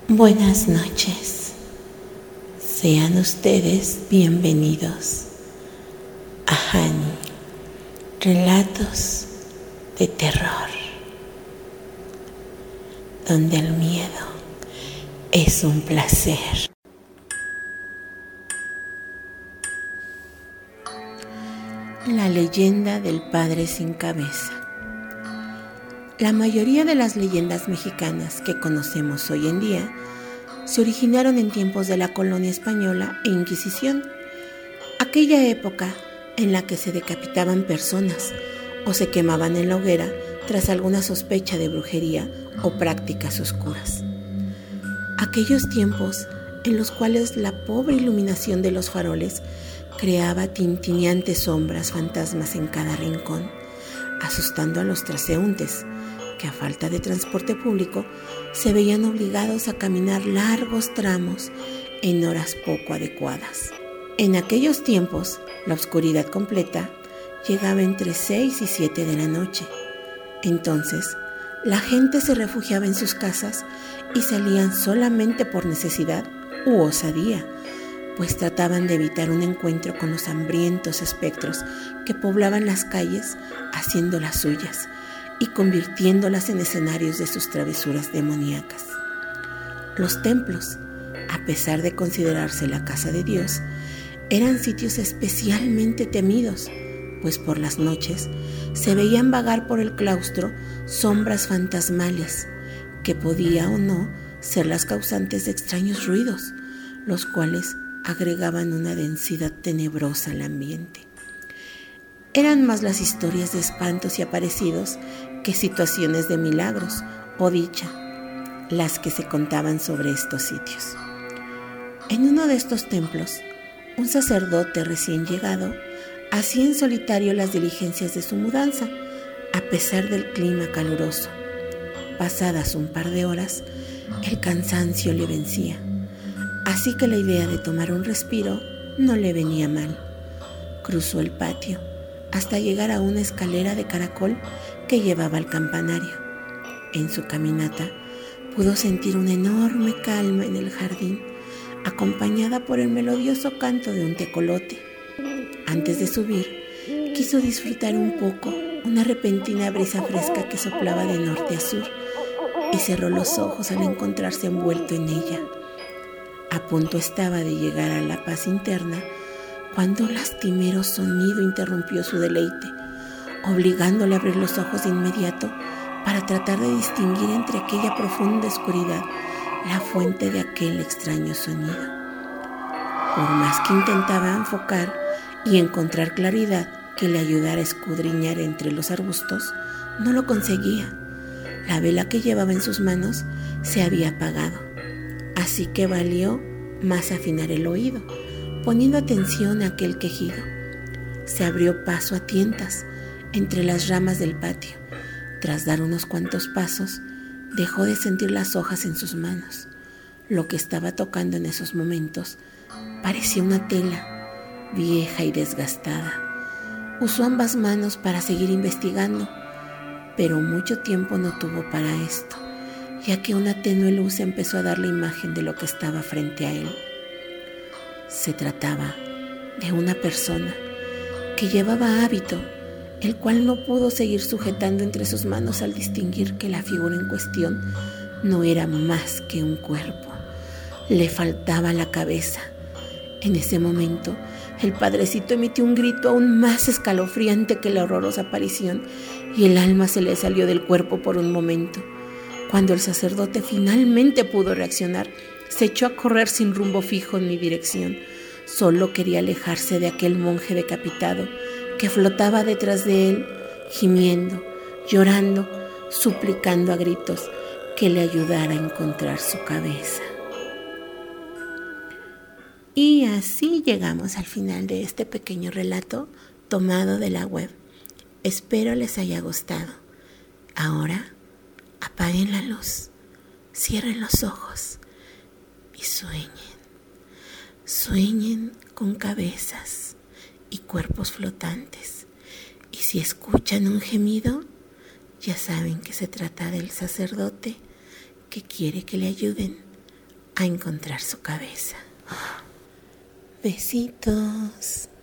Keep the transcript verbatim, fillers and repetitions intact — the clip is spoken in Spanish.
Buenas noches, sean ustedes bienvenidos a Hani, relatos de terror, donde el miedo es un placer. La leyenda del padre sin cabeza. La mayoría de las leyendas mexicanas que conocemos hoy en día se originaron en tiempos de la colonia española e Inquisición, aquella época en la que se decapitaban personas o se quemaban en la hoguera tras alguna sospecha de brujería o prácticas oscuras. Aquellos tiempos en los cuales la pobre iluminación de los faroles creaba tintineantes sombras fantasmas en cada rincón, asustando a los transeúntes, que a falta de transporte público se veían obligados a caminar largos tramos en horas poco adecuadas. En aquellos tiempos, la oscuridad completa llegaba entre seis y siete de la noche. Entonces, la gente se refugiaba en sus casas y salían solamente por necesidad u osadía, pues trataban de evitar un encuentro con los hambrientos espectros que poblaban las calles haciendo las suyas y convirtiéndolas en escenarios de sus travesuras demoníacas. Los templos, a pesar de considerarse la casa de Dios, eran sitios especialmente temidos, pues por las noches se veían vagar por el claustro sombras fantasmales que podía o no ser las causantes de extraños ruidos, los cuales agregaban una densidad tenebrosa al ambiente. Eran más las historias de espantos y aparecidos que situaciones de milagros o dicha las que se contaban sobre estos sitios. En uno de estos templos, un sacerdote recién llegado hacía en solitario las diligencias de su mudanza, a pesar del clima caluroso. Pasadas un par de horas, el cansancio le vencía, así que la idea de tomar un respiro no le venía mal. Cruzó el patio hasta llegar a una escalera de caracol que llevaba al campanario. En su caminata pudo sentir una enorme calma en el jardín, acompañada por el melodioso canto de un tecolote. Antes de subir, quiso disfrutar un poco una repentina brisa fresca que soplaba de norte a sur y cerró los ojos al encontrarse envuelto en ella. A punto estaba de llegar a la paz interna cuando un lastimero sonido interrumpió su deleite, obligándole a abrir los ojos de inmediato para tratar de distinguir entre aquella profunda oscuridad la fuente de aquel extraño sonido. Por más que intentaba enfocar y encontrar claridad que le ayudara a escudriñar entre los arbustos, no lo conseguía. La vela que llevaba en sus manos se había apagado, así que valió más afinar el oído, poniendo atención a aquel quejido. Se abrió paso a tientas entre las ramas del patio. Tras dar unos cuantos pasos, dejó de sentir las hojas en sus manos. Lo que estaba tocando en esos momentos parecía una tela vieja y desgastada. Usó ambas manos para seguir investigando, pero mucho tiempo no tuvo para esto, ya que una tenue luz empezó a dar la imagen de lo que estaba frente a él. Se trataba de una persona que llevaba hábito, el cual no pudo seguir sujetando entre sus manos al distinguir que la figura en cuestión no era más que un cuerpo. Le faltaba la cabeza. En ese momento, el padrecito emitió un grito aún más escalofriante que la horrorosa aparición y el alma se le salió del cuerpo por un momento. Cuando el sacerdote finalmente pudo reaccionar, se echó a correr sin rumbo fijo ni dirección. Solo quería alejarse de aquel monje decapitado que flotaba detrás de él, gimiendo, llorando, suplicando a gritos que le ayudara a encontrar su cabeza. Y así llegamos al final de este pequeño relato tomado de la web. Espero les haya gustado. Ahora, apaguen la luz, cierren los ojos y sueñen. Sueñen con cabezas y cuerpos flotantes. Y si escuchan un gemido, ya saben que se trata del sacerdote que quiere que le ayuden a encontrar su cabeza. Besitos.